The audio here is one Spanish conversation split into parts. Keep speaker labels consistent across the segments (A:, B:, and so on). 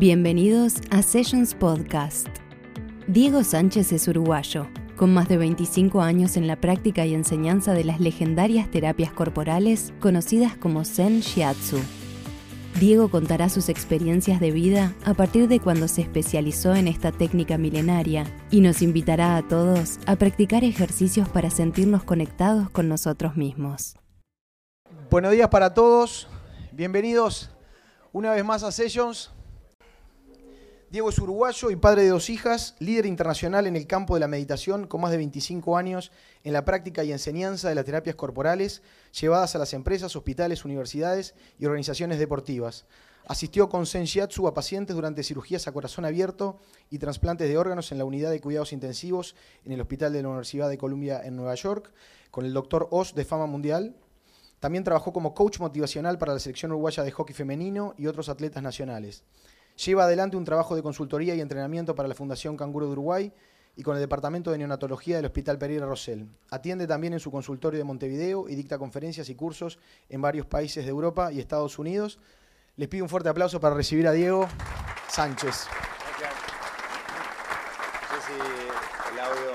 A: Bienvenidos a Sessions Podcast. Diego Sánchez es uruguayo, con más de 25 años en la práctica y enseñanza de las legendarias terapias corporales conocidas como Zen Shiatsu. Diego contará sus experiencias de vida a partir de cuando se especializó en esta técnica milenaria y nos invitará a todos a practicar ejercicios para sentirnos conectados con nosotros mismos.
B: Buenos días para todos, bienvenidos una vez más a Sessions. Diego es uruguayo y padre de 2 hijas, líder internacional en el campo de la meditación con más de 25 años en la práctica y enseñanza de las terapias corporales llevadas a las empresas, hospitales, universidades y organizaciones deportivas. Asistió con Zen Shiatsu a pacientes durante cirugías a corazón abierto y trasplantes de órganos en la unidad de cuidados intensivos en el Hospital de la Universidad de Columbia en Nueva York con el Dr. Oz de fama mundial. También trabajó como coach motivacional para la selección uruguaya de hockey femenino y otros atletas nacionales. Lleva adelante un trabajo de consultoría y entrenamiento para la Fundación Canguro de Uruguay y con el Departamento de Neonatología del Hospital Pereira Rosell. Atiende también en su consultorio de Montevideo y dicta conferencias y cursos en varios países de Europa y Estados Unidos. Les pido un fuerte aplauso para recibir a Diego Sánchez.
C: Gracias. No sé si el audio...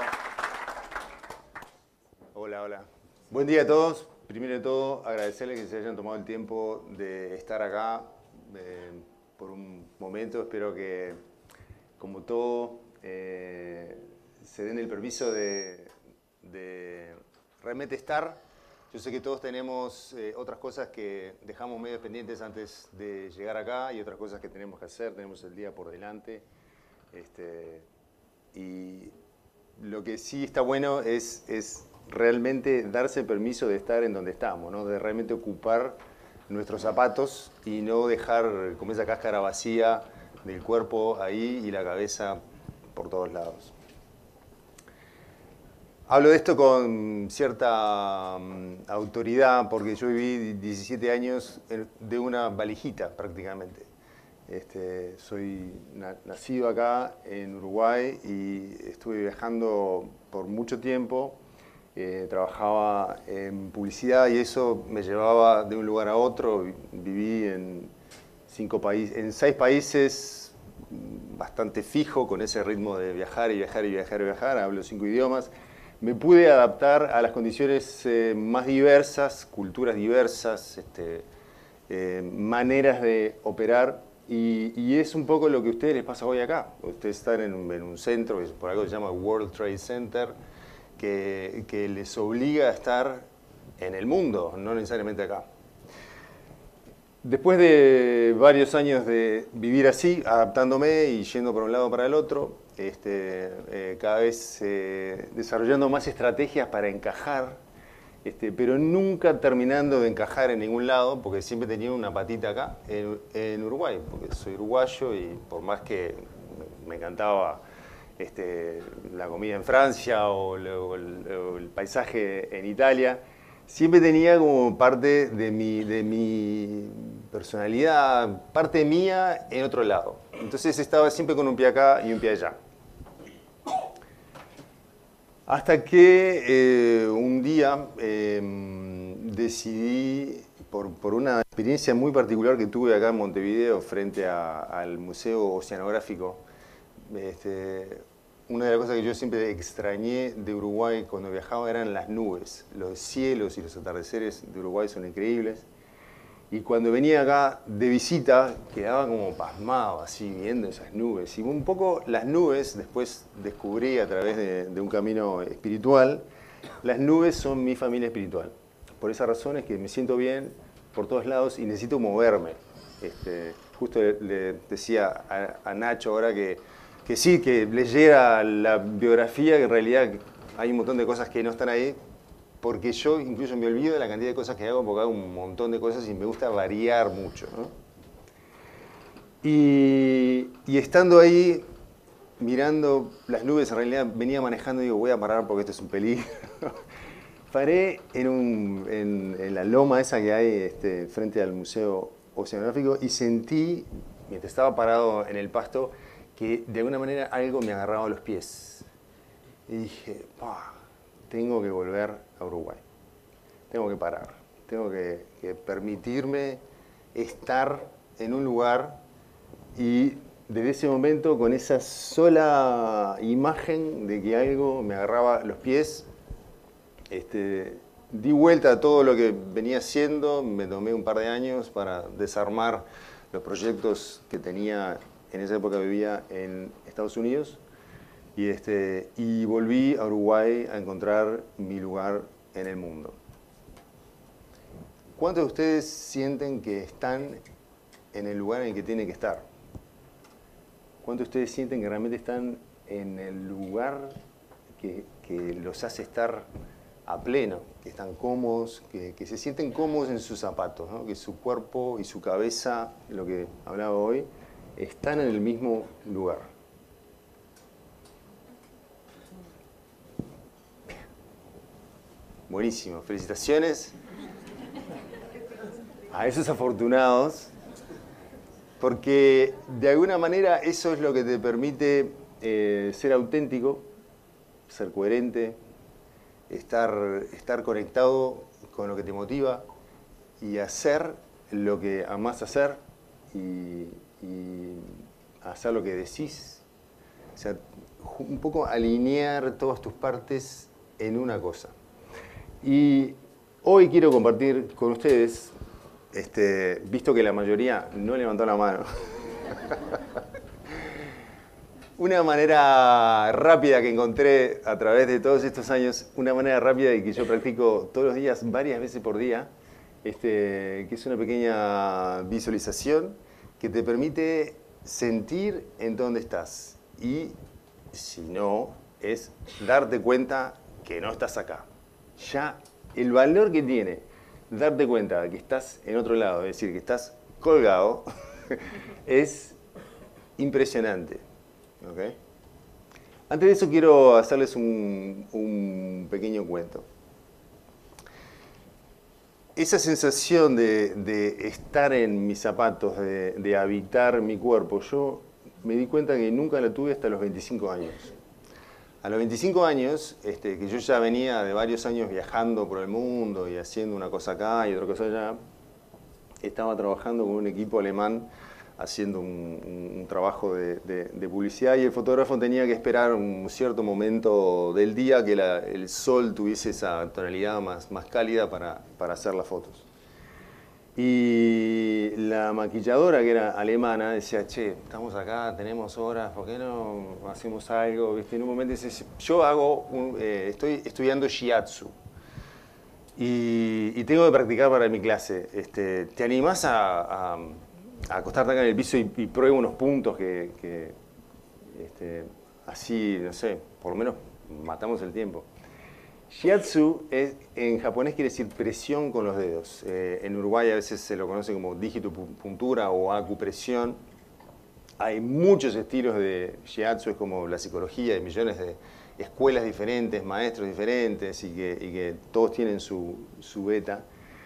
C: Hola. Buen día a todos. Primero de todo, agradecerles que se hayan tomado el tiempo de estar acá por un momento. Espero que, como todo, se den el permiso de realmente estar. Yo sé que todos tenemos otras cosas que dejamos medio pendientes antes de llegar acá y otras cosas que tenemos que hacer. Tenemos el día por delante. Y lo que sí está bueno es realmente darse el permiso de estar en donde estamos, ¿no? De realmente ocupar nuestros zapatos y no dejar como esa cáscara vacía del cuerpo ahí y la cabeza por todos lados. Hablo de esto con cierta autoridad porque yo viví 17 años de una valijita prácticamente. Soy nacido acá en Uruguay y estuve viajando por mucho tiempo. Trabajaba en publicidad y eso me llevaba de un lugar a otro. Viví en 6 países, bastante fijo, con ese ritmo de viajar y viajar. Hablo 5 idiomas. Me pude adaptar a las condiciones más diversas, culturas diversas, maneras de operar. Y es un poco lo que a ustedes les pasa hoy acá. Ustedes están en un centro, por algo se llama World Trade Center, que les obliga a estar en el mundo, no necesariamente acá. Después de varios años de vivir así, adaptándome y yendo por un lado para el otro, cada vez desarrollando más estrategias para encajar, pero nunca terminando de encajar en ningún lado, porque siempre tenía una patita acá, en Uruguay, porque soy uruguayo y por más que me encantaba la comida en Francia o el paisaje en Italia, siempre tenía como parte de mi personalidad, parte mía en otro lado. Entonces estaba siempre con un pie acá y un pie allá. Hasta que un día decidí, por una experiencia muy particular que tuve acá en Montevideo frente al Museo Oceanográfico. Una de las cosas que yo siempre extrañé de Uruguay cuando viajaba eran las nubes. Los cielos y los atardeceres de Uruguay son increíbles. Y cuando venía acá de visita, quedaba como pasmado, así, viendo esas nubes. Y un poco las nubes, después descubrí a través de un camino espiritual, las nubes son mi familia espiritual. Por esa razón es que me siento bien por todos lados y necesito moverme. Justo le decía a Nacho ahora que sí, que leyera la biografía, que en realidad hay un montón de cosas que no están ahí, porque yo incluso me olvido de la cantidad de cosas que hago, porque hago un montón de cosas y me gusta variar mucho, ¿no? Y estando ahí, mirando las nubes, en realidad venía manejando y digo, voy a parar porque esto es un peligro. Paré en la loma esa que hay frente al Museo Oceanográfico y sentí, mientras estaba parado en el pasto, que de alguna manera algo me agarraba a los pies. Y dije, tengo que volver a Uruguay. Tengo que parar. Tengo que permitirme estar en un lugar y desde ese momento, con esa sola imagen de que algo me agarraba los pies, di vuelta a todo lo que venía haciendo, me tomé un par de años para desarmar los proyectos que tenía. En esa época vivía en Estados Unidos y volví a Uruguay a encontrar mi lugar en el mundo. ¿Cuántos de ustedes sienten que están en el lugar en el que tienen que estar? ¿Cuántos de ustedes sienten que realmente están en el lugar que los hace estar a pleno, que están cómodos, que se sienten cómodos en sus zapatos, ¿no? Que su cuerpo y su cabeza, lo que hablaba hoy, están en el mismo lugar? Buenísimo, felicitaciones a esos afortunados, porque de alguna manera eso es lo que te permite ser auténtico, ser coherente, estar conectado con lo que te motiva y hacer lo que amás hacer y hacer lo que decís. O sea, un poco alinear todas tus partes en una cosa. Y hoy quiero compartir con ustedes, visto que la mayoría no levantó la mano, una manera rápida que encontré a través de todos estos años, una manera rápida y que yo practico todos los días, varias veces por día, que es una pequeña visualización que te permite sentir en dónde estás. Y si no, es darte cuenta que no estás acá. Ya el valor que tiene darte cuenta de que estás en otro lado, es decir, que estás colgado, es impresionante. ¿Okay? Antes de eso quiero hacerles un pequeño cuento. Esa sensación de estar en mis zapatos, de habitar mi cuerpo, yo me di cuenta que nunca la tuve hasta los 25 años. A los 25 años, que yo ya venía de varios años viajando por el mundo y haciendo una cosa acá y otra cosa allá, estaba trabajando con un equipo alemán haciendo un trabajo de publicidad y el fotógrafo tenía que esperar un cierto momento del día que el sol tuviese esa tonalidad más cálida para hacer las fotos. Y la maquilladora, que era alemana, decía, che, estamos acá, tenemos horas, ¿por qué no hacemos algo? ¿Viste? En un momento dice, yo estoy estudiando shiatsu y tengo que practicar para mi clase. ¿Te animás a acostarte acá en el piso y pruebo unos puntos que así, no sé, por lo menos matamos el tiempo? Shiatsu en japonés quiere decir presión con los dedos. En Uruguay a veces se lo conoce como digitopuntura o acupresión. Hay muchos estilos de Shiatsu, es como la psicología, hay millones de escuelas diferentes, maestros diferentes y que todos tienen su beta.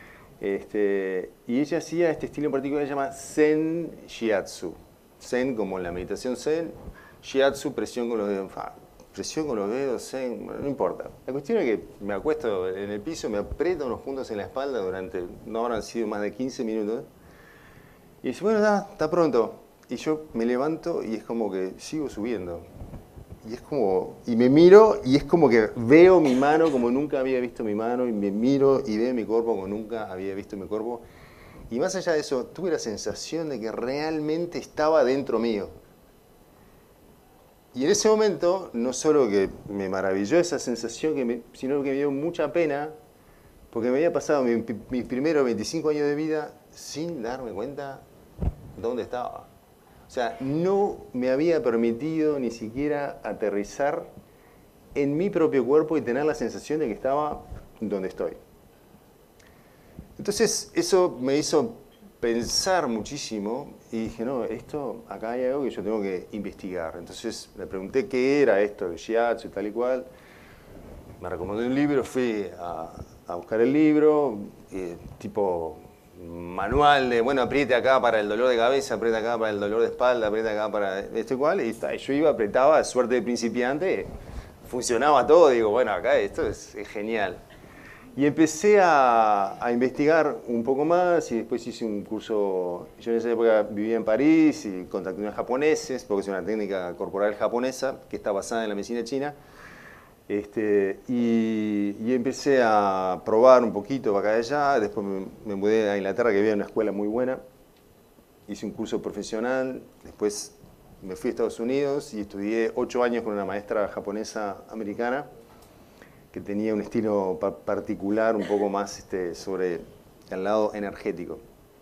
C: Y ella hacía este estilo en particular que se llama Zen Shiatsu. Zen como la meditación Zen, Shiatsu, presión con los dedos. Presión con los dedos, Zen, bueno, no importa. La cuestión es que me acuesto en el piso, me aprieto unos puntos en la espalda durante, no habrán sido más de 15 minutos. Y dice, bueno, está pronto. Y yo me levanto y es como que sigo subiendo. Y me miro y es como que veo mi mano como nunca había visto mi mano y me miro y veo mi cuerpo como nunca había visto mi cuerpo. Y más allá de eso, tuve la sensación de que realmente estaba dentro mío. Y en ese momento, no solo que me maravilló esa sensación, sino que me dio mucha pena, porque me había pasado mis primeros 25 años de vida sin darme cuenta dónde estaba. O sea, no me había permitido ni siquiera aterrizar en mi propio cuerpo y tener la sensación de que estaba donde estoy. Entonces, eso me hizo pensar muchísimo y dije, no, acá hay algo que yo tengo que investigar. Entonces me pregunté qué era esto del shiatsu y tal y cual. Me recomendó un libro, fui a buscar el libro, tipo manual de, bueno, apriete acá para el dolor de cabeza, apriete acá para el dolor de espalda, apriete acá para esto y cual. Y yo iba, apretaba, suerte de principiante, funcionaba todo. Digo, bueno, acá esto es genial. Y empecé a investigar un poco más y después hice un curso. Yo en esa época vivía en París y contacté a unos japoneses, porque es una técnica corporal japonesa que está basada en la medicina china. Y empecé a probar un poquito acá y allá. Después me mudé a Inglaterra, que había una escuela muy buena. Hice un curso profesional. Después me fui a Estados Unidos y estudié 8 años con una maestra japonesa americana que tenía un estilo particular, un poco más sobre el lado energético.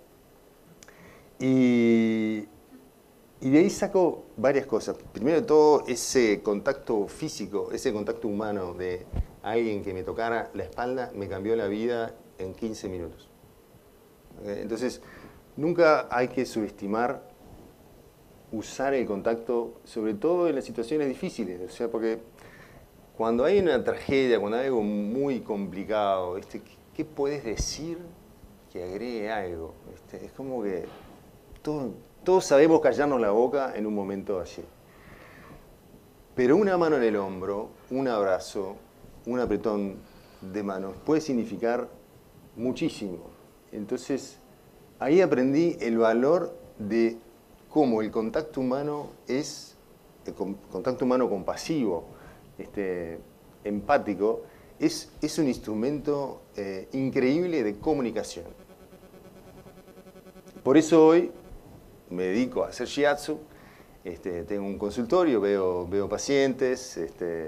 C: Y de ahí saco varias cosas. Primero de todo, ese contacto físico, ese contacto humano de alguien que me tocara la espalda, me cambió la vida en 15 minutos. Entonces, nunca hay que subestimar usar el contacto, sobre todo en las situaciones difíciles. O sea, porque cuando hay una tragedia, cuando hay algo muy complicado, ¿qué puedes decir que agregue algo? Es como que todos sabemos callarnos la boca en un momento así. Pero una mano en el hombro, un abrazo, un apretón de manos puede significar muchísimo. Entonces, ahí aprendí el valor de cómo el contacto humano es, el contacto humano compasivo, empático, es un instrumento increíble de comunicación. Por eso hoy me dedico a hacer shiatsu, tengo un consultorio, veo pacientes,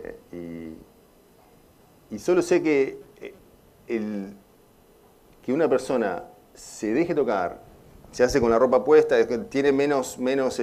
C: y solo sé que que una persona se deje tocar, se hace con la ropa puesta, tiene menos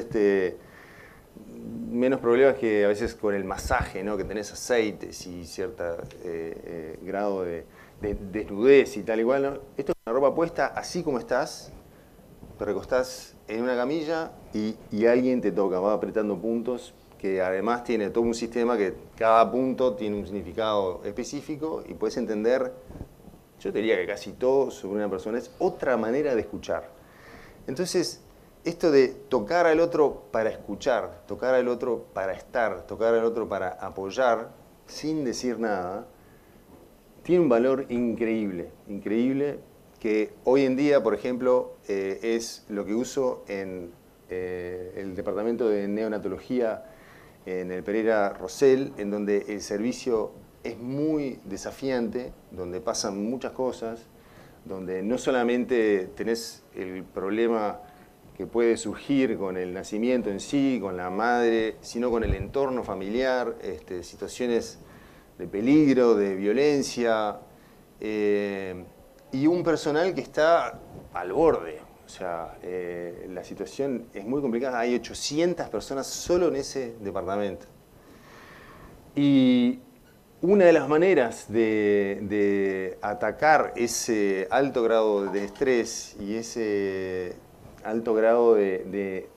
C: problemas que a veces con el masaje, ¿no? Que tenés aceites y cierto grado de desnudez y tal igual, ¿no? Esto con la ropa puesta, así como estás, te recostás en una camilla y alguien te toca, va apretando puntos, que además tiene todo un sistema que cada punto tiene un significado específico y puedes entender, yo te diría que casi todo sobre una persona es otra manera de escuchar. Entonces, esto de tocar al otro para escuchar, tocar al otro para estar, tocar al otro para apoyar, sin decir nada, tiene un valor increíble, increíble, que hoy en día, por ejemplo, es lo que uso en el departamento de neonatología en el Pereira Rosell, en donde el servicio es muy desafiante, donde pasan muchas cosas, donde no solamente tenés el problema que puede surgir con el nacimiento en sí, con la madre, sino con el entorno familiar, situaciones de peligro, de violencia, y un personal que está al borde. O sea, la situación es muy complicada. Hay 800 personas solo en ese departamento. Y una de las maneras de atacar ese alto grado de estrés y ese alto grado de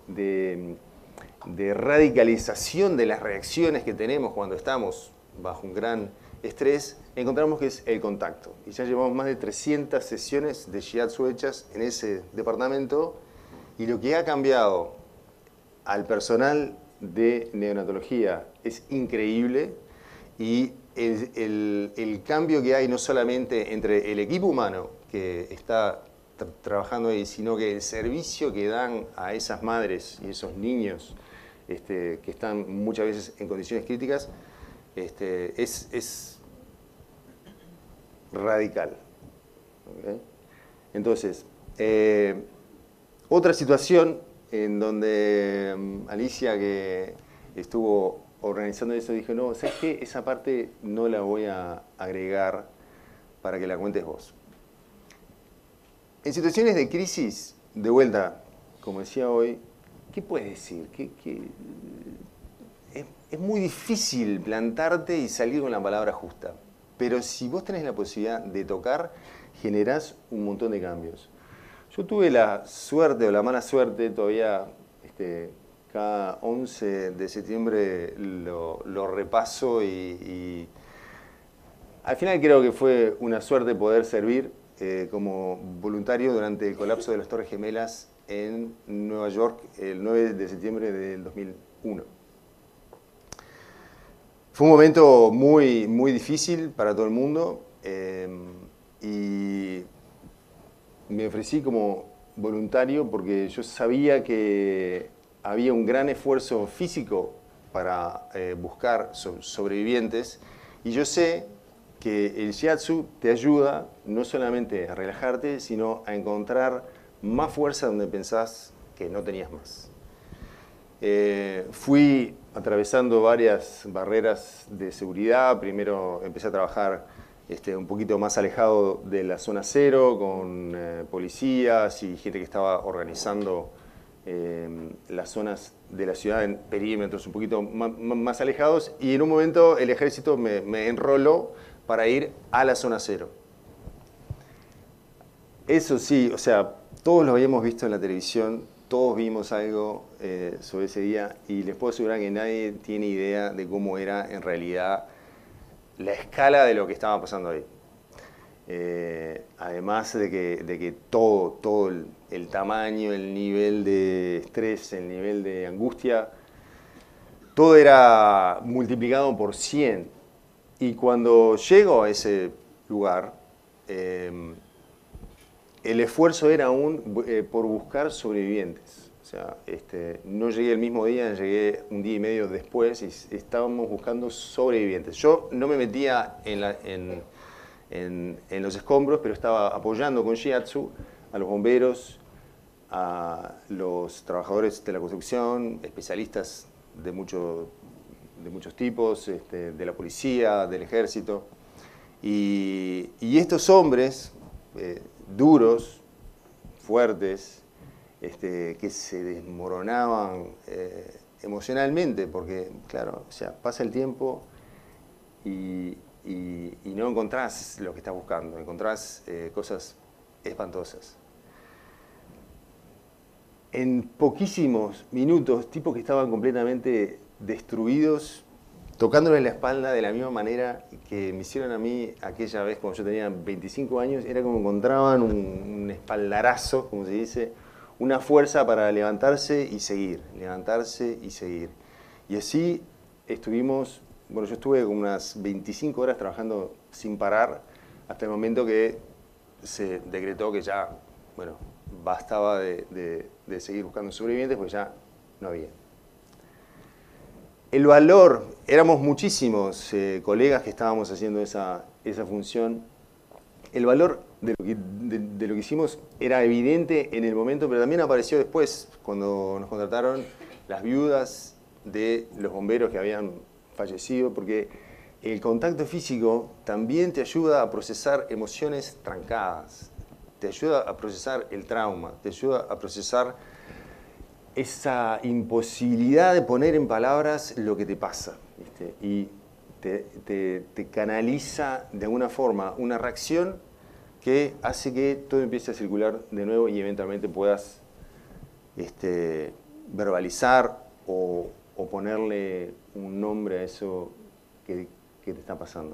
C: radicalización de las reacciones que tenemos cuando estamos bajo un gran estrés, encontramos que es el contacto. Y ya llevamos más de 300 sesiones de shiatsu hechas en ese departamento, y lo que ha cambiado al personal de neonatología es increíble, y el cambio que hay no solamente entre el equipo humano que está trabajando ahí, sino que el servicio que dan a esas madres y esos niños que están muchas veces en condiciones críticas, es radical. ¿Okay? Entonces, otra situación en donde Alicia, que estuvo organizando eso, dijo, no, ¿sabes qué? Esa parte no la voy a agregar para que la cuentes vos. En situaciones de crisis, de vuelta, como decía hoy, ¿qué puedes decir? Es muy difícil plantarte y salir con la palabra justa. Pero si vos tenés la posibilidad de tocar, generás un montón de cambios. Yo tuve la suerte o la mala suerte, todavía cada 11 de septiembre lo repaso, y al final creo que fue una suerte poder servir como voluntario durante el colapso de las Torres Gemelas en Nueva York el 9 de septiembre del 2001. Fue un momento muy, muy difícil para todo el mundo. y me ofrecí como voluntario porque yo sabía que había un gran esfuerzo físico para buscar sobrevivientes, y yo sé que el shiatsu te ayuda no solamente a relajarte, sino a encontrar más fuerza donde pensás que no tenías más. Fui atravesando varias barreras de seguridad. Primero empecé a trabajar un poquito más alejado de la zona cero, con policías y gente que estaba organizando las zonas de la ciudad en perímetros un poquito más alejados, y en un momento el ejército me enroló para ir a la zona cero. Eso sí, o sea, todos lo habíamos visto en la televisión, todos vimos algo sobre ese día, y les puedo asegurar que nadie tiene idea de cómo era en realidad la escala de lo que estaba pasando ahí. Además de que todo el tamaño, el nivel de estrés, el nivel de angustia, todo era multiplicado por 100. Y cuando llego a ese lugar, el esfuerzo era aún por buscar sobrevivientes. O sea, no llegué el mismo día, llegué un día y medio después, y estábamos buscando sobrevivientes. Yo no me metía en los escombros, pero estaba apoyando con shiatsu a los bomberos, a los trabajadores de la construcción, especialistas de muchos tipos, de la policía, del ejército. Y estos hombres duros, fuertes, que se desmoronaban emocionalmente, porque, claro, o sea, pasa el tiempo y no encontrás lo que estás buscando, encontrás cosas espantosas. En poquísimos minutos, tipos que estaban completamente destruidos, tocándole la espalda de la misma manera que me hicieron a mí aquella vez cuando yo tenía 25 años, era como encontraban un espaldarazo, como se dice, una fuerza para levantarse y seguir, levantarse y seguir. Y así estuvimos. Bueno, yo estuve unas 25 horas trabajando sin parar hasta el momento que se decretó que ya, bueno, bastaba de seguir buscando sobrevivientes, porque ya no había. El valor, éramos muchísimos colegas que estábamos haciendo esa función. El valor de lo que hicimos era evidente en el momento, pero también apareció después, cuando nos contrataron las viudas de los bomberos que habían fallecido, porque el contacto físico también te ayuda a procesar emociones trancadas, te ayuda a procesar el trauma, te ayuda a procesar esa imposibilidad de poner en palabras lo que te pasa, ¿viste? Y te canaliza de alguna forma una reacción que hace que todo empiece a circular de nuevo y eventualmente puedas verbalizar o ponerle un nombre a eso que te está pasando.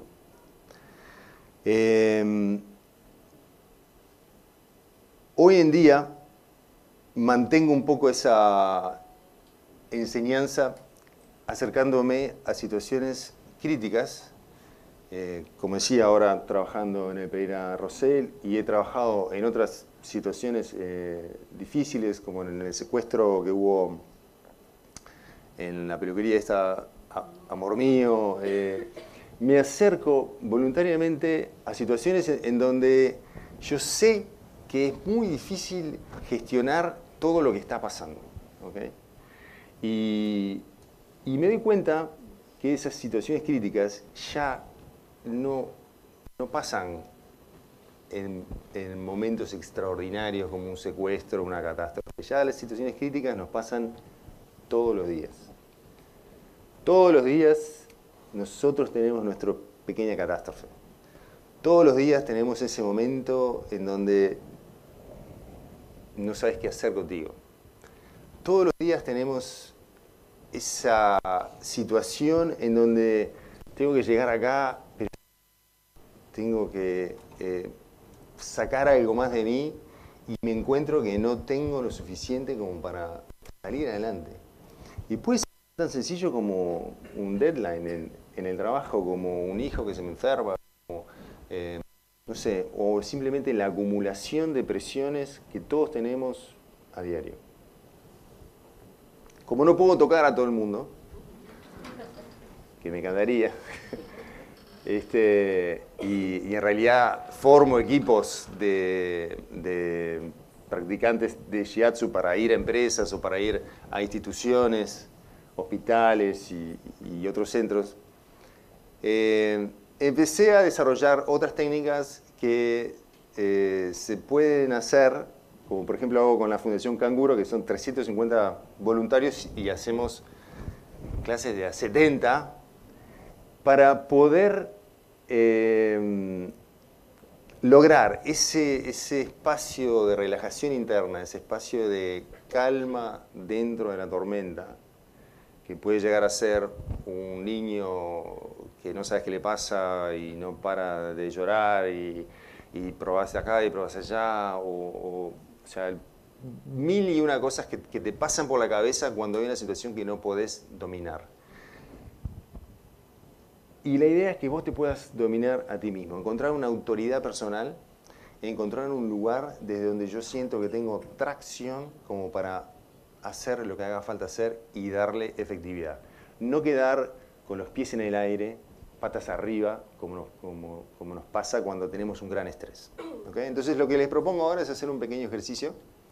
C: Hoy en día mantengo un poco esa enseñanza acercándome a situaciones críticas. Como decía, ahora trabajando en el Pereira Rosell, y he trabajado en otras situaciones difíciles, como en el secuestro que hubo en la peluquería esta Amor Mío. Me acerco voluntariamente a situaciones en donde yo sé que es muy difícil gestionar todo lo que está pasando, ¿okay? Y me doy cuenta que esas situaciones críticas ya no pasan en momentos extraordinarios como un secuestro o una catástrofe. Ya las situaciones críticas nos pasan todos los días. Todos los días nosotros tenemos nuestra pequeña catástrofe. Todos los días tenemos ese momento en donde no sabes qué hacer contigo. Todos los días tenemos esa situación en donde tengo que llegar acá, pero tengo que sacar algo más de mí, y me encuentro que no tengo lo suficiente como para salir adelante. Y puede ser tan sencillo como un deadline en el trabajo, como un hijo que se me enferma, como no sé, o simplemente la acumulación de presiones que todos tenemos a diario. Como no puedo tocar a todo el mundo, que me encantaría, y en realidad formo equipos de practicantes de Shiatsu para ir a empresas o para ir a instituciones, hospitales y otros centros, empecé a desarrollar otras técnicas que se pueden hacer, como por ejemplo hago con la Fundación Canguro, que son 350 voluntarios y hacemos clases de a 70 para poder lograr ese espacio de relajación interna, ese espacio de calma dentro de la tormenta, que puede llegar a ser un niño que no sabes qué le pasa y no para de llorar y probás acá y probás allá, o sea, mil y una cosas que te pasan por la cabeza cuando hay una situación que no podés dominar. Y la idea es que vos te puedas dominar a ti mismo, encontrar una autoridad personal, encontrar un lugar desde donde yo siento que tengo tracción como para hacer lo que haga falta hacer y darle efectividad. No quedar con los pies en el aire, patas arriba, como nos pasa cuando tenemos un gran estrés. ¿Okay? Entonces lo que les propongo ahora es hacer un pequeño ejercicio.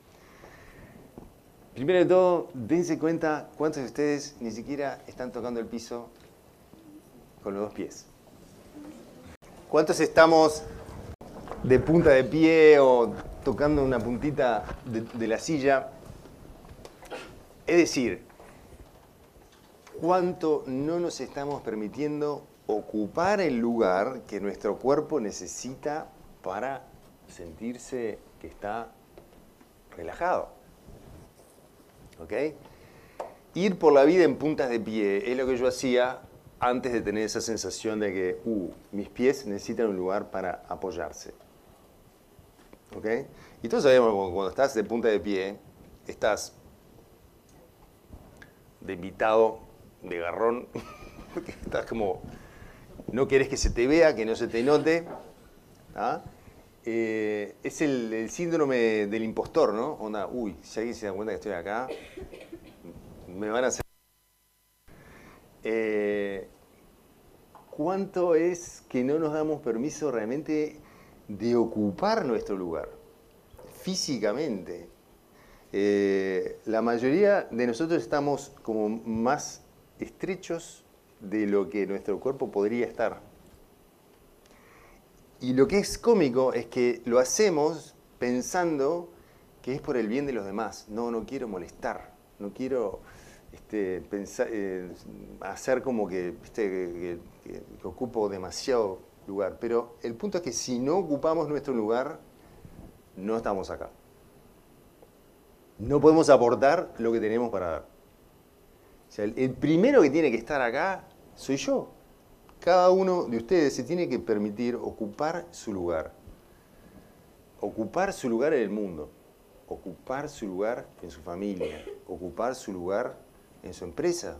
C: Primero de todo, dense cuenta cuántos de ustedes ni siquiera están tocando el piso con los dos pies. ¿Cuántos estamos de punta de pie o tocando una puntita de la silla? Es decir, ¿cuánto no nos estamos permitiendo ocupar el lugar que nuestro cuerpo necesita para sentirse que está relajado? ¿Ok? Ir por la vida en puntas de pie es lo que yo hacía antes de tener esa sensación de que mis pies necesitan un lugar para apoyarse. ¿Ok? Y todos sabemos que cuando estás de punta de pie, estás de invitado, de garrón, estás como, no querés que se te vea, que no se te note. ¿Ah? Es el síndrome del impostor, ¿no? Onda, si alguien se da cuenta que estoy acá, me van a hacer... ¿Cuánto es que no nos damos permiso realmente de ocupar nuestro lugar físicamente? La mayoría de nosotros estamos como más estrechos de lo que nuestro cuerpo podría estar. Y lo que es cómico es que lo hacemos pensando que es por el bien de los demás. No quiero molestar, no quiero pensar, hacer como que ocupo demasiado lugar. Pero el punto es que si no ocupamos nuestro lugar, no estamos acá. No podemos aportar lo que tenemos para dar. O sea, el primero que tiene que estar acá soy yo. Cada uno de ustedes se tiene que permitir ocupar su lugar. Ocupar su lugar en el mundo. Ocupar su lugar en su familia. Ocupar su lugar en su empresa.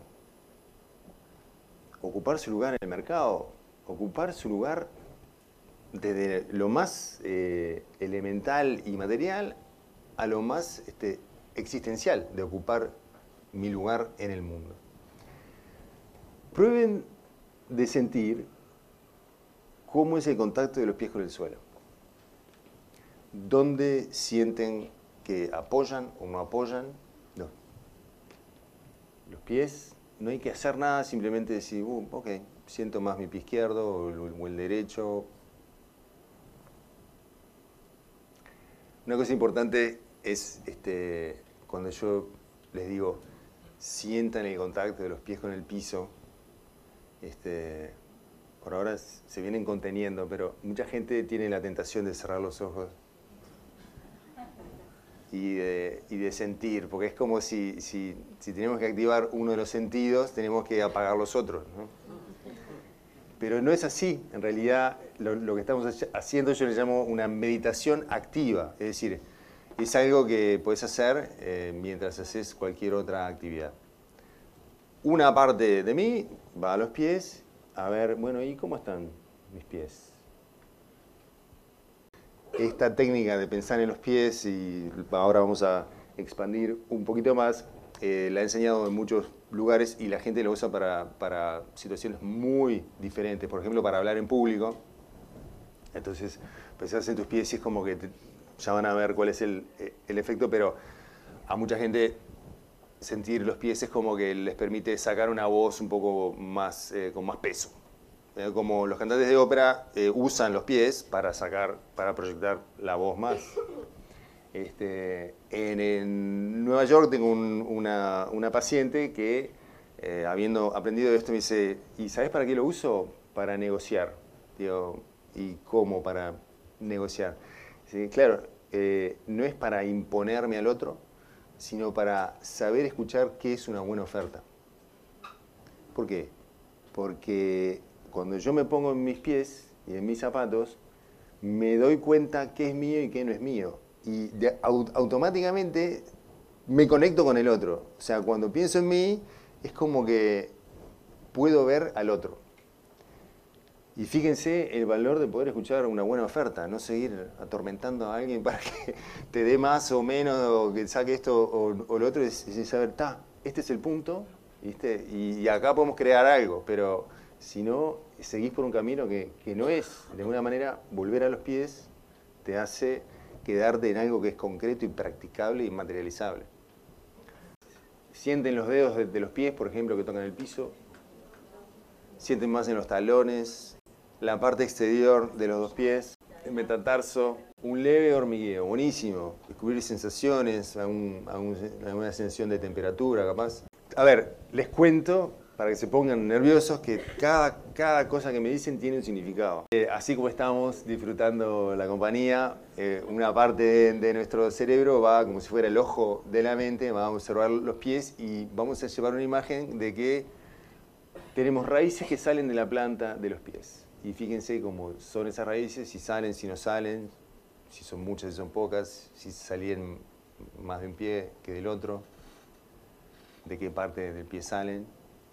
C: Ocupar su lugar en el mercado. Ocupar su lugar desde lo más elemental y material a lo más existencial de ocupar mi lugar en el mundo. Prueben de sentir cómo es el contacto de los pies con el suelo. ¿Dónde sienten que apoyan o no apoyan? No. Los pies, no hay que hacer nada, simplemente decir, ok, siento más mi pie izquierdo o el derecho. Una cosa importante es cuando yo les digo, sientan el contacto de los pies con el piso. Por ahora se vienen conteniendo, pero mucha gente tiene la tentación de cerrar los ojos y de sentir, porque es como si tenemos que activar uno de los sentidos, tenemos que apagar los otros, ¿no? Pero no es así. En realidad, lo que estamos haciendo yo le llamo una meditación activa, es decir, es algo que puedes hacer mientras haces cualquier otra actividad. Una parte de mí va a los pies, a ver, bueno, ¿y cómo están mis pies? esta técnica de pensar en los pies, y ahora vamos a expandir un poquito más, la he enseñado en muchos lugares y la gente lo usa para situaciones muy diferentes. Por ejemplo, para hablar en público. Entonces, pensás en tus pies y es como que ya van a ver cuál es el efecto, pero a mucha gente sentir los pies es como que les permite sacar una voz un poco más, con más peso. Como los cantantes de ópera usan los pies para proyectar la voz más. En Nueva York tengo una paciente que, habiendo aprendido esto, me dice, ¿y sabes para qué lo uso? Para negociar. Digo, ¿y cómo para negociar? Sí, claro, no es para imponerme al otro, sino para saber escuchar qué es una buena oferta. ¿Por qué? Porque cuando yo me pongo en mis pies y en mis zapatos, me doy cuenta qué es mío y qué no es mío. Y automáticamente me conecto con el otro. O sea, cuando pienso en mí, es como que puedo ver al otro. Y fíjense el valor de poder escuchar una buena oferta, no seguir atormentando a alguien para que te dé más o menos, o que saque esto o lo otro, es saber, este es el punto, ¿viste? Y acá podemos crear algo, pero si no, seguís por un camino que no es. De alguna manera, volver a los pies te hace quedarte en algo que es concreto y practicable y materializable. Sienten los dedos de los pies, por ejemplo, que tocan el piso. Sienten más en los talones, la parte exterior de los dos pies, el metatarso, un leve hormigueo, buenísimo. Descubrir sensaciones, alguna sensación de temperatura, capaz. A ver, les cuento, para que se pongan nerviosos, que cada cosa que me dicen tiene un significado. Así como estamos disfrutando la compañía, una parte de nuestro cerebro va como si fuera el ojo de la mente, va a observar los pies y vamos a llevar una imagen de que tenemos raíces que salen de la planta de los pies. Y fíjense cómo son esas raíces, si salen, si no salen, si son muchas, si son pocas, si salían más de un pie que del otro, de qué parte del pie salen.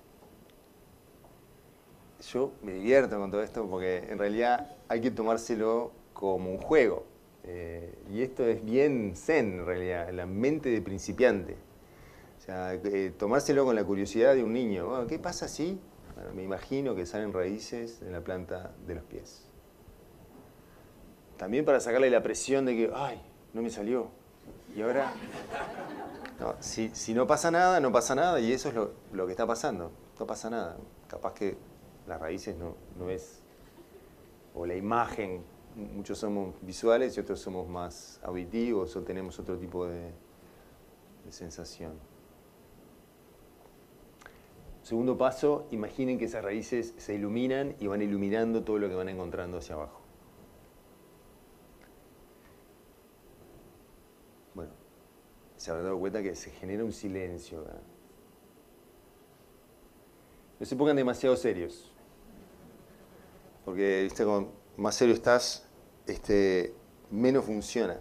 C: Yo me divierto con todo esto porque en realidad hay que tomárselo como un juego. Y esto es bien zen en realidad, la mente de principiante. O sea, tomárselo con la curiosidad de un niño. Bueno, ¿qué pasa si? Bueno, me imagino que salen raíces en la planta de los pies. También para sacarle la presión de que, ¡ay, no me salió! Y ahora, no, si no pasa nada, no pasa nada, y eso es lo que está pasando. No pasa nada. Capaz que las raíces no es, o la imagen, muchos somos visuales y otros somos más auditivos o tenemos otro tipo de sensación. Segundo paso, imaginen que esas raíces se iluminan y van iluminando todo lo que van encontrando hacia abajo. Bueno, se habrán dado cuenta que se genera un silencio, ¿verdad? No se pongan demasiado serios. Porque cuando más serio estás, menos funciona.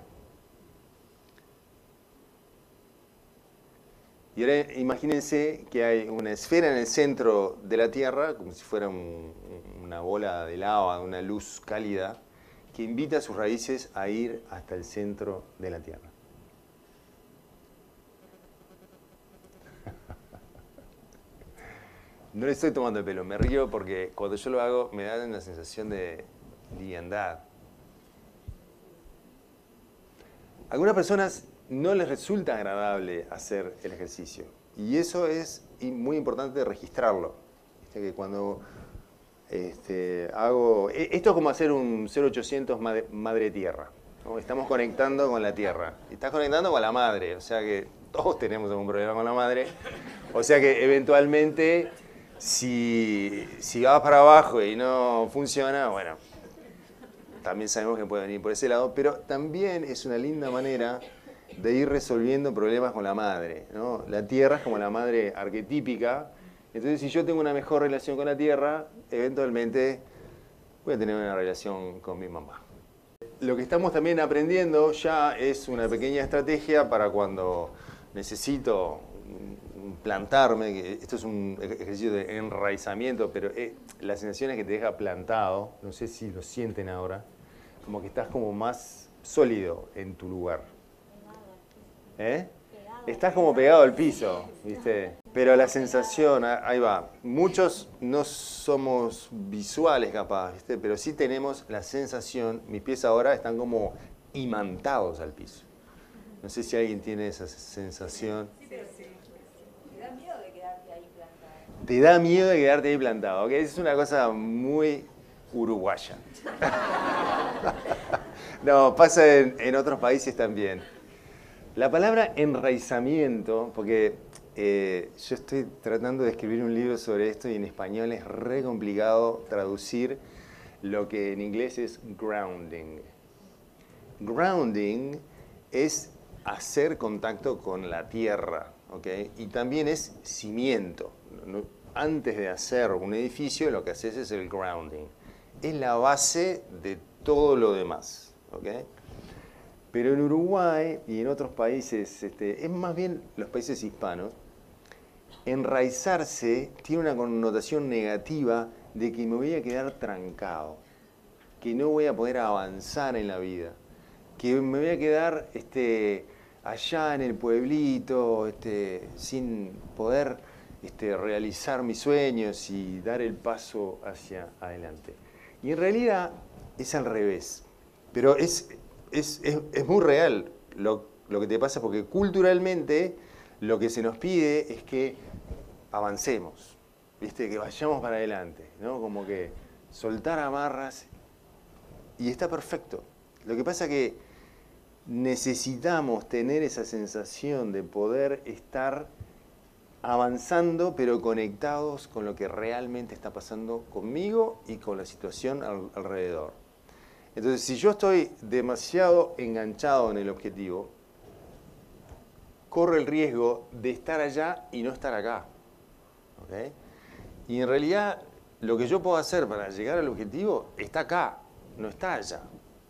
C: Y ahora imagínense que hay una esfera en el centro de la Tierra, como si fuera una bola de lava, una luz cálida, que invita a sus raíces a ir hasta el centro de la Tierra. No le estoy tomando el pelo, me río porque cuando yo lo hago me da una sensación de liviandad. A algunas personas no les resulta agradable hacer el ejercicio y eso es muy importante registrarlo. Que cuando hago... Esto es como hacer un 0800 madre tierra, ¿no? Estamos conectando con la tierra. Estás conectando con la madre, o sea que todos tenemos algún problema con la madre. O sea que eventualmente... Si vas para abajo y no funciona, bueno, también sabemos que puede venir por ese lado, pero también es una linda manera de ir resolviendo problemas con la madre, ¿no? La tierra es como la madre arquetípica, entonces si yo tengo una mejor relación con la tierra, eventualmente voy a tener una relación con mi mamá. Lo que estamos también aprendiendo ya es una pequeña estrategia para cuando necesito plantarme, que esto es un ejercicio de enraizamiento, pero la sensación es que te deja plantado, no sé si lo sienten ahora, como que estás como más sólido en tu lugar. ¿Eh? Estás como pegado al piso, ¿viste? Pero la sensación, ahí va. Muchos no somos visuales capaz, ¿viste? Pero sí tenemos la sensación, mis pies ahora están como imantados al piso. No sé si alguien tiene esa sensación.
D: Sí, pero sí. Te da miedo de quedarte ahí plantado.
C: Te da miedo de quedarte ahí plantado, ¿ok? Es una cosa muy uruguaya. No, pasa en otros países también. La palabra enraizamiento, porque yo estoy tratando de escribir un libro sobre esto y en español es re complicado traducir lo que en inglés es grounding. Grounding es hacer contacto con la tierra, ¿ok? Y también es cimiento. Antes de hacer un edificio, lo que haces es el grounding. Es la base de todo lo demás, ¿ok? Pero en Uruguay y en otros países, es más bien los países hispanos, enraizarse tiene una connotación negativa de que me voy a quedar trancado, que no voy a poder avanzar en la vida, que me voy a quedar allá en el pueblito, sin poder realizar mis sueños y dar el paso hacia adelante. Y en realidad es al revés, pero es muy real lo que te pasa, porque culturalmente lo que se nos pide es que avancemos, ¿viste? Que vayamos para adelante, ¿no? Como que soltar amarras, y está perfecto. Lo que pasa es que necesitamos tener esa sensación de poder estar avanzando, pero conectados con lo que realmente está pasando conmigo y con la situación alrededor. Entonces, si yo estoy demasiado enganchado en el objetivo, corro el riesgo de estar allá y no estar acá. ¿Okay? Y en realidad, lo que yo puedo hacer para llegar al objetivo está acá, no está allá.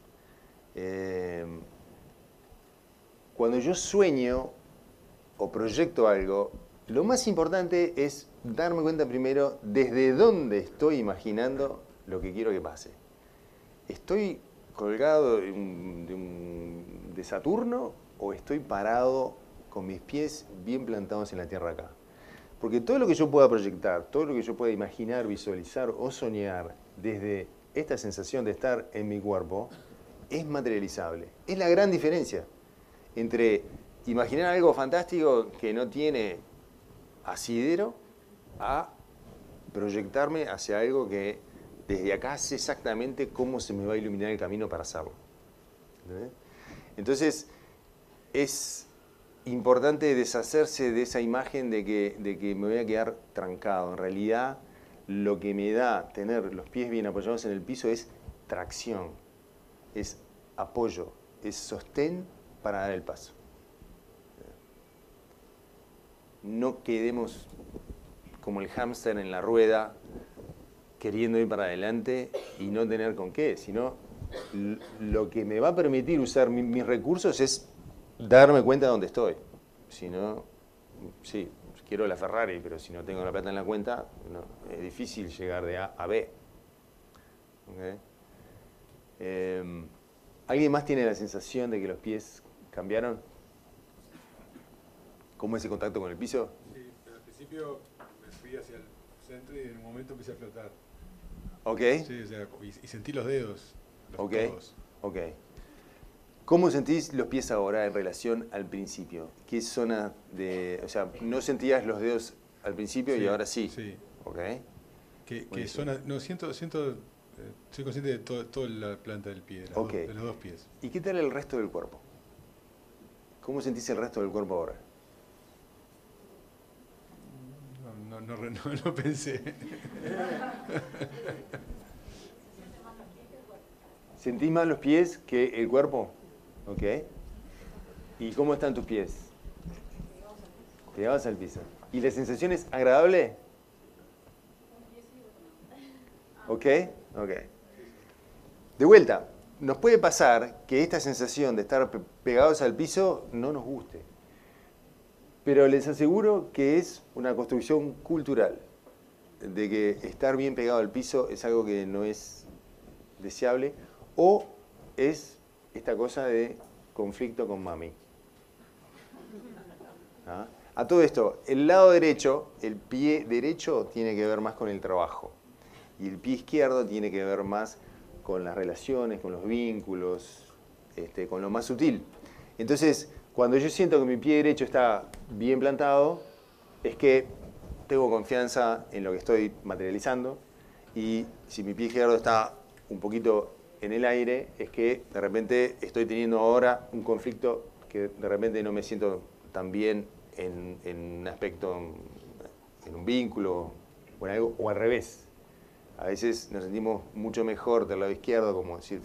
C: Cuando yo sueño o proyecto algo, lo más importante es darme cuenta primero desde dónde estoy imaginando lo que quiero que pase. ¿Estoy colgado de Saturno o estoy parado con mis pies bien plantados en la tierra acá? Porque todo lo que yo pueda proyectar, todo lo que yo pueda imaginar, visualizar o soñar desde esta sensación de estar en mi cuerpo es materializable. Es la gran diferencia entre imaginar algo fantástico que no tiene asidero a proyectarme hacia algo que desde acá sé exactamente cómo se me va a iluminar el camino para hacerlo. ¿Entendés? Entonces, es importante deshacerse de esa imagen de que me voy a quedar trancado. En realidad, lo que me da tener los pies bien apoyados en el piso es tracción, es apoyo, es sostén para dar el paso. No quedemos como el hámster en la rueda, queriendo ir para adelante y no tener con qué, sino lo que me va a permitir usar mis recursos es darme cuenta de dónde estoy. Si no, sí, quiero la Ferrari, pero si no tengo la plata en la cuenta, no, es difícil llegar de A a B. ¿Okay? ¿Alguien más tiene la sensación de que los pies cambiaron? ¿Cómo es ese contacto con el piso?
E: Sí, pero al principio me fui hacia el centro y en un momento empecé a flotar.
C: Ok.
E: Sí, o sea, y sentí los dedos, los codos.
C: Ok. ¿Cómo sentís los pies ahora en relación al principio? ¿Qué zona de...? O sea, ¿no sentías los dedos al principio y ahora sí?
E: Sí.
C: Ok.
E: ¿Qué zona? No, siento soy consciente de toda la planta del pie, de los dos pies.
C: ¿Y qué tal el resto del cuerpo? ¿Cómo sentís el resto del cuerpo ahora?
E: No pensé.
C: ¿Sentís más los pies que el cuerpo? Ok. ¿Y cómo están tus pies? Pegados al piso. ¿Y la sensación es agradable? Ok. De vuelta, nos puede pasar que esta sensación de estar pegados al piso no nos guste. Pero les aseguro que es una construcción cultural, de que estar bien pegado al piso es algo que no es deseable o es esta cosa de conflicto con mami. ¿Ah? A todo esto, el lado derecho, el pie derecho tiene que ver más con el trabajo y el pie izquierdo tiene que ver más con las relaciones, con los vínculos, con lo más sutil. Entonces, cuando yo siento que mi pie derecho está bien plantado, es que tengo confianza en lo que estoy materializando, y si mi pie izquierdo está un poquito en el aire, es que de repente estoy teniendo ahora un conflicto que de repente no me siento tan bien en un aspecto, en un vínculo o en algo, o al revés. A veces nos sentimos mucho mejor del lado izquierdo, como decir,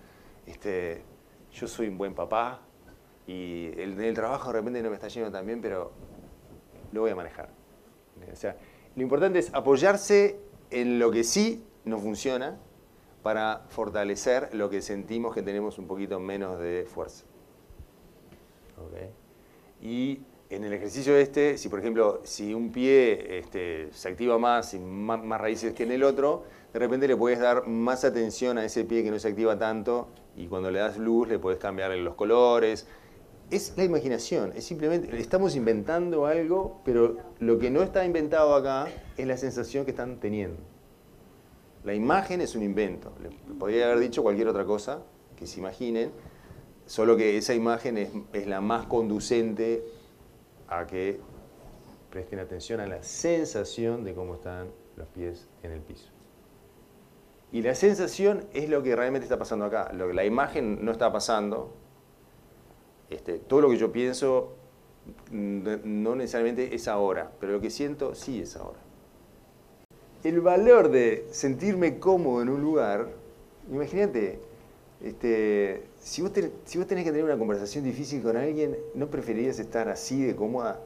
C: yo soy un buen papá y el trabajo de repente no me está yendo tan bien, pero lo voy a manejar. O sea, lo importante es apoyarse en lo que sí nos funciona para fortalecer lo que sentimos que tenemos un poquito menos de fuerza. ¿Okay? Y en el ejercicio si por ejemplo, si un pie se activa más y más raíces que en el otro, de repente le puedes dar más atención a ese pie que no se activa tanto, y cuando le das luz le puedes cambiar los colores. Es la imaginación, es simplemente, estamos inventando algo, pero lo que no está inventado acá es la sensación que están teniendo. La imagen es un invento. Le podría haber dicho cualquier otra cosa que se imaginen, solo que esa imagen es la más conducente a que presten atención a la sensación de cómo están los pies en el piso. Y la sensación es lo que realmente está pasando acá. La imagen no está pasando. Todo lo que yo pienso no necesariamente es ahora, pero lo que siento sí es ahora. El valor de sentirme cómodo en un lugar, imagínate, si vos tenés que tener una conversación difícil con alguien, ¿no preferirías estar así de cómoda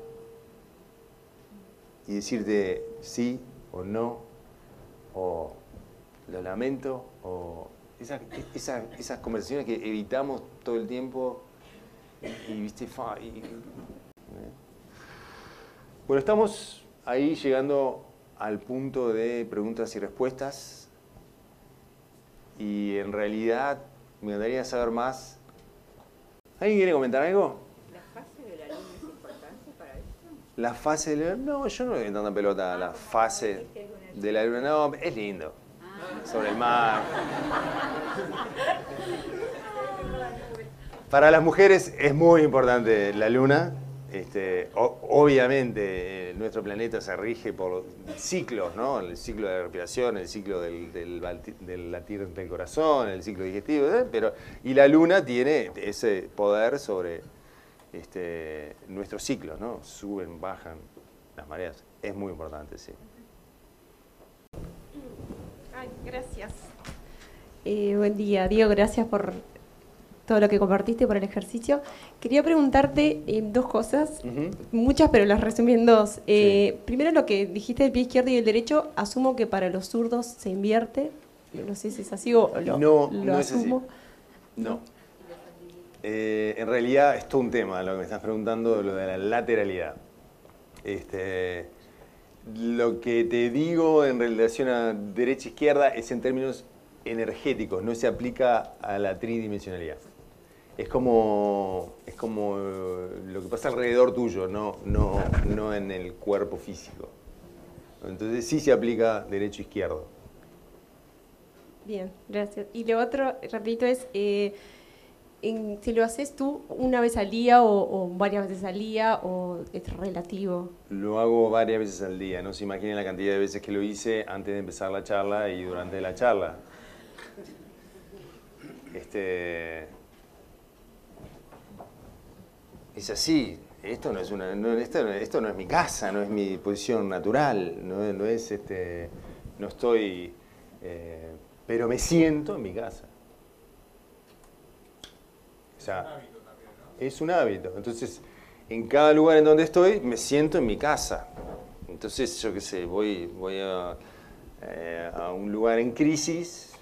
C: y decirte sí o no, o lo lamento, o esas conversaciones que evitamos todo el tiempo? Bueno, estamos ahí llegando al punto de preguntas y respuestas, y en realidad me encantaría saber más. ¿Alguien quiere comentar algo?
D: ¿La fase de la luna es importante para esto?
C: La fase de la luna, no, yo no le doy tanta pelota a la fase de la luna, no, es lindo, sobre el mar. Para las mujeres es muy importante la luna. Obviamente nuestro planeta se rige por ciclos, ¿no? El ciclo de la respiración, el ciclo del latir del corazón, el ciclo digestivo, y la luna tiene ese poder sobre nuestros ciclos, ¿no? Suben, bajan las mareas. Es muy importante, sí.
F: Ay, gracias. Buen día, Diego, gracias por todo lo que compartiste, por el ejercicio. Quería preguntarte dos cosas, muchas, pero las resumí en dos.
C: Sí.
F: Primero, lo que dijiste del pie izquierdo y el derecho, asumo que para los zurdos se invierte. No sé si es así o lo asumo.
C: Es así. No. En realidad es todo un tema lo que me estás preguntando, lo de la lateralidad. Lo que te digo en relación a derecha-izquierda es en términos energéticos, no se aplica a la tridimensionalidad. Es como lo que pasa alrededor tuyo, no en el cuerpo físico. Entonces sí se aplica derecho-izquierdo.
F: Bien, gracias. Y lo otro, rapidito, es si lo haces tú una vez al día o varias veces al día, o es relativo.
C: Lo hago varias veces al día. No se imaginen la cantidad de veces que lo hice antes de empezar la charla y durante la charla. Es así. Esto no es mi casa, no es mi posición natural, no estoy, pero me siento en mi casa. O sea, es un hábito. Entonces, en cada lugar en donde estoy, me siento en mi casa. Entonces, yo qué sé, voy a un lugar en crisis,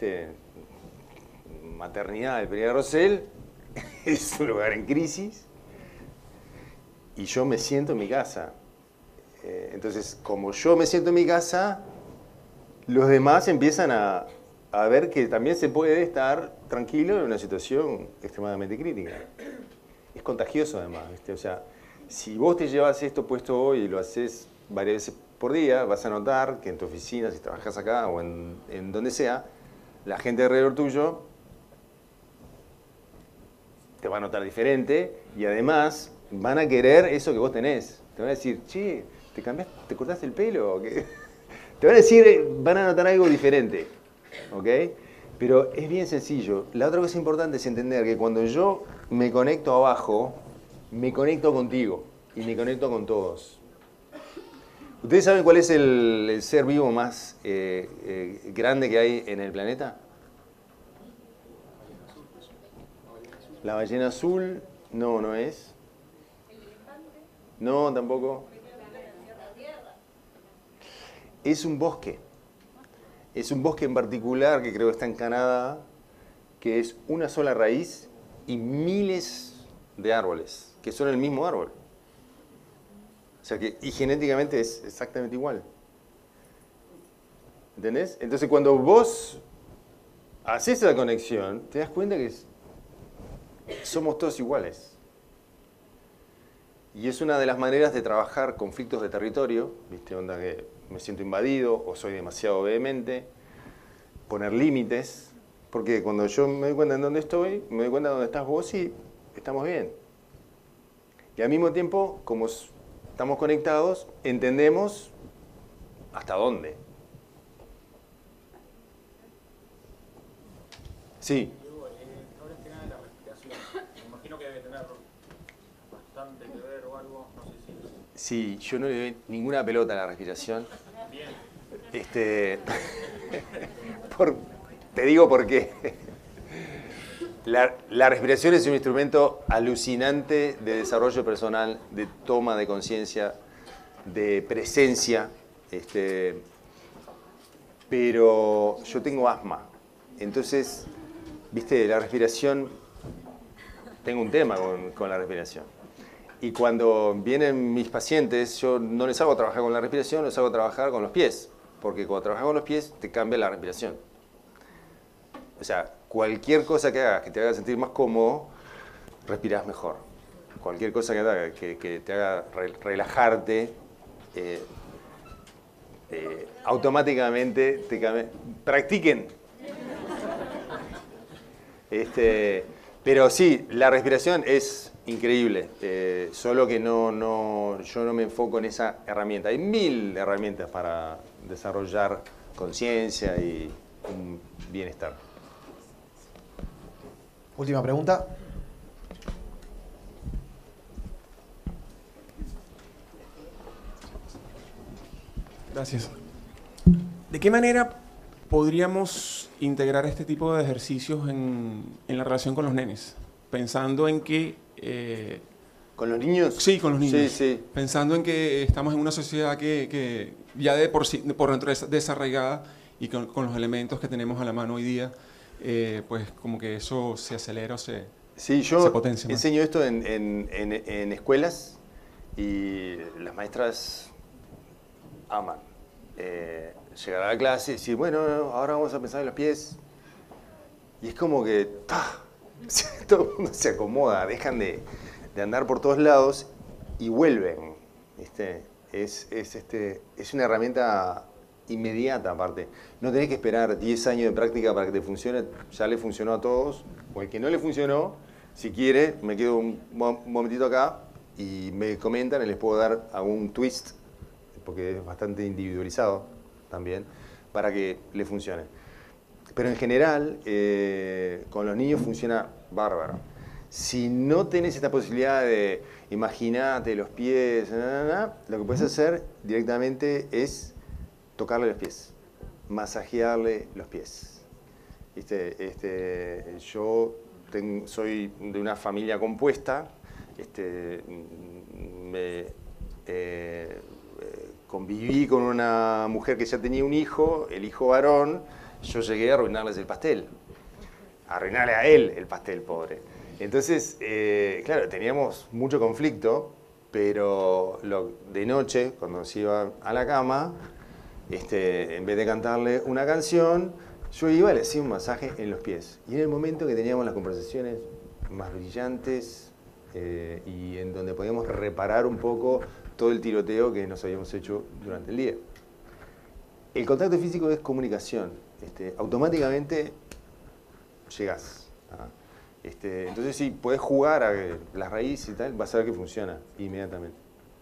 C: maternidad del Pereira Rosell, es un lugar en crisis, y yo me siento en mi casa. Entonces, como yo me siento en mi casa, los demás empiezan a a ver que también se puede estar tranquilo en una situación extremadamente crítica. Es contagioso además, ¿viste? O sea, si vos te llevas esto puesto hoy y lo haces varias veces por día, vas a notar que en tu oficina, si trabajas acá o en donde sea, la gente alrededor tuyo te va a notar diferente y además van a querer eso que vos tenés. Te van a decir, che, ¿te cortaste el pelo? ¿Qué? Te van a decir, van a notar algo diferente. ¿Ok? Pero es bien sencillo. La otra cosa importante es entender que cuando yo me conecto abajo, me conecto contigo y me conecto con todos. ¿Ustedes saben cuál es el ser vivo más grande que hay en el planeta? La ballena azul, no, no es. No, tampoco. Es un bosque. Es un bosque en particular que creo que está en Canadá, que es una sola raíz y miles de árboles, que son el mismo árbol. O sea que, y genéticamente es exactamente igual. ¿Entendés? Entonces cuando vos haces esa conexión, te das cuenta que somos todos iguales. Y es una de las maneras de trabajar conflictos de territorio, ¿viste? Onda que me siento invadido o soy demasiado vehemente, poner límites, porque cuando yo me doy cuenta en dónde estoy, me doy cuenta de dónde estás vos y estamos bien. Y al mismo tiempo, como estamos conectados, entendemos hasta dónde. Sí.
G: Ahora es que nada de la respiración. Me imagino que debe tener bastante que ver o algo, no sé si...
C: Sí, yo no le doy ninguna pelota a la respiración.
G: Bien.
C: Te digo por qué. La respiración es un instrumento alucinante de desarrollo personal, de toma de conciencia, de presencia. Pero yo tengo asma. Entonces, viste, la respiración, tengo un tema con la respiración. Y cuando vienen mis pacientes, yo no les hago trabajar con la respiración, les hago trabajar con los pies. Porque cuando trabajas con los pies, te cambia la respiración. O sea, cualquier cosa que hagas que te haga sentir más cómodo, respirás mejor. Cualquier cosa que te haga relajarte, automáticamente te cambia. Practiquen. Pero sí, la respiración es increíble, solo que yo no me enfoco en esa herramienta. Hay 1000 herramientas para desarrollar conciencia y un bienestar.
B: Última pregunta.
H: Gracias. ¿De qué manera podríamos integrar este tipo de ejercicios en la relación con los nenes? Pensando en que...
C: ¿Con los niños?
H: Sí, con los niños.
C: Sí, sí.
H: Pensando en que estamos en una sociedad que ya por dentro es desarraigada y con los elementos que tenemos a la mano hoy día, pues como que eso se acelera o se potencia más.
C: Enseño esto en escuelas y las maestras aman. Llegar a la clase y decir, bueno, ahora vamos a pensar en los pies. Y es como que todo el mundo se acomoda, dejan de andar por todos lados y vuelven. ¿Viste? Es una herramienta inmediata aparte. No tenés que esperar 10 años de práctica para que te funcione, ya le funcionó a todos. O el que no le funcionó, si quiere, me quedo un momentito acá y me comentan y les puedo dar algún twist, porque es bastante individualizado también, para que le funcione. Pero en general, con los niños funciona bárbaro. Si no tenés esta posibilidad de imaginarte los pies, lo que puedes hacer directamente es tocarle los pies, masajearle los pies. ¿Viste? Yo soy de una familia compuesta, conviví con una mujer que ya tenía un hijo, el hijo varón. Yo llegué a arruinarles el pastel, a arruinarle a él el pastel, pobre. Entonces, claro, teníamos mucho conflicto, pero de noche, cuando se iba a la cama, en vez de cantarle una canción, Yo iba, le hacía un masaje en los pies. Y en el momento que teníamos las conversaciones más brillantes y en donde podíamos reparar un poco todo el tiroteo que nos habíamos hecho durante el día. El contacto físico es comunicación. Automáticamente llegás. Entonces, si podés jugar a las raíces y tal, vas a ver que funciona inmediatamente.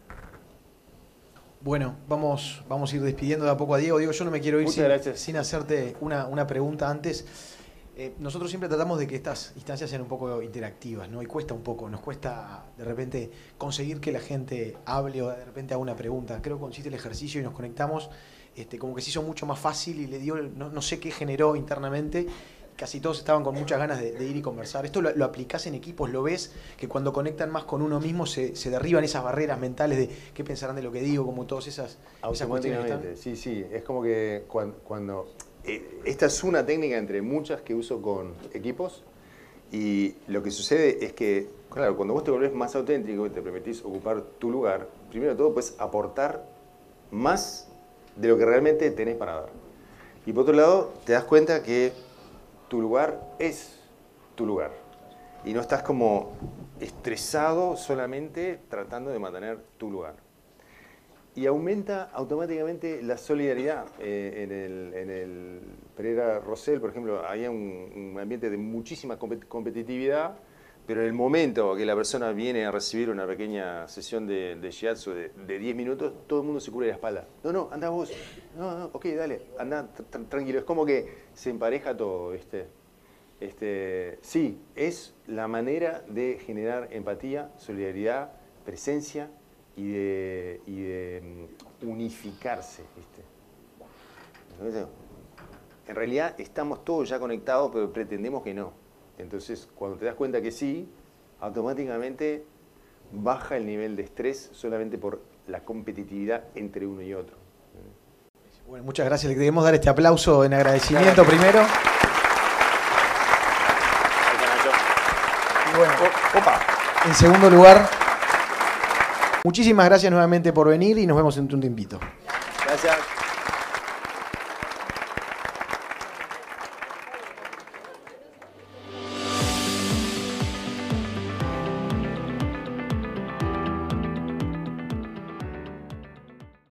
B: Bueno, vamos a ir despidiendo de a poco a Diego. Diego, yo no me quiero ir sin hacerte una pregunta antes. Nosotros siempre tratamos de que estas instancias sean un poco interactivas, ¿no? Y cuesta un poco, nos cuesta de repente conseguir que la gente hable o de repente haga una pregunta. Creo que consiste el ejercicio y nos conectamos, como que se hizo mucho más fácil y le dio, no sé qué generó internamente. Casi todos estaban con muchas ganas de ir y conversar. ¿Esto lo aplicás en equipos? ¿Lo ves? Que cuando conectan más con uno mismo se derriban esas barreras mentales de qué pensarán de lo que digo, como todas esas cuestiones que están.
C: Sí. Es como que cuando esta es una técnica entre muchas que uso con equipos y lo que sucede es que, claro, cuando vos te volvés más auténtico y te permitís ocupar tu lugar, primero de todo puedes aportar más de lo que realmente tenés para dar. Y por otro lado, te das cuenta que tu lugar es tu lugar. Y no estás como estresado solamente tratando de mantener tu lugar. Y aumenta automáticamente la solidaridad. En el Pereira Rosell, por ejemplo, había un ambiente de muchísima competitividad, pero en el momento que la persona viene a recibir una pequeña sesión de shiatsu de 10 minutos, todo el mundo se cubre la espalda. No, anda vos. No, ok, dale, anda tranquilo. Es como que se empareja todo, ¿viste? Sí, es la manera de generar empatía, solidaridad, presencia y de unificarse, ¿viste? Entonces, en realidad estamos todos ya conectados, pero pretendemos que no. Entonces, cuando te das cuenta que sí, automáticamente baja el nivel de estrés solamente por la competitividad entre uno y otro.
B: Bueno, muchas gracias. Le queremos dar este aplauso en agradecimiento primero. Y bueno, en segundo lugar, muchísimas gracias nuevamente por venir y nos vemos en un tiempito.
C: Gracias.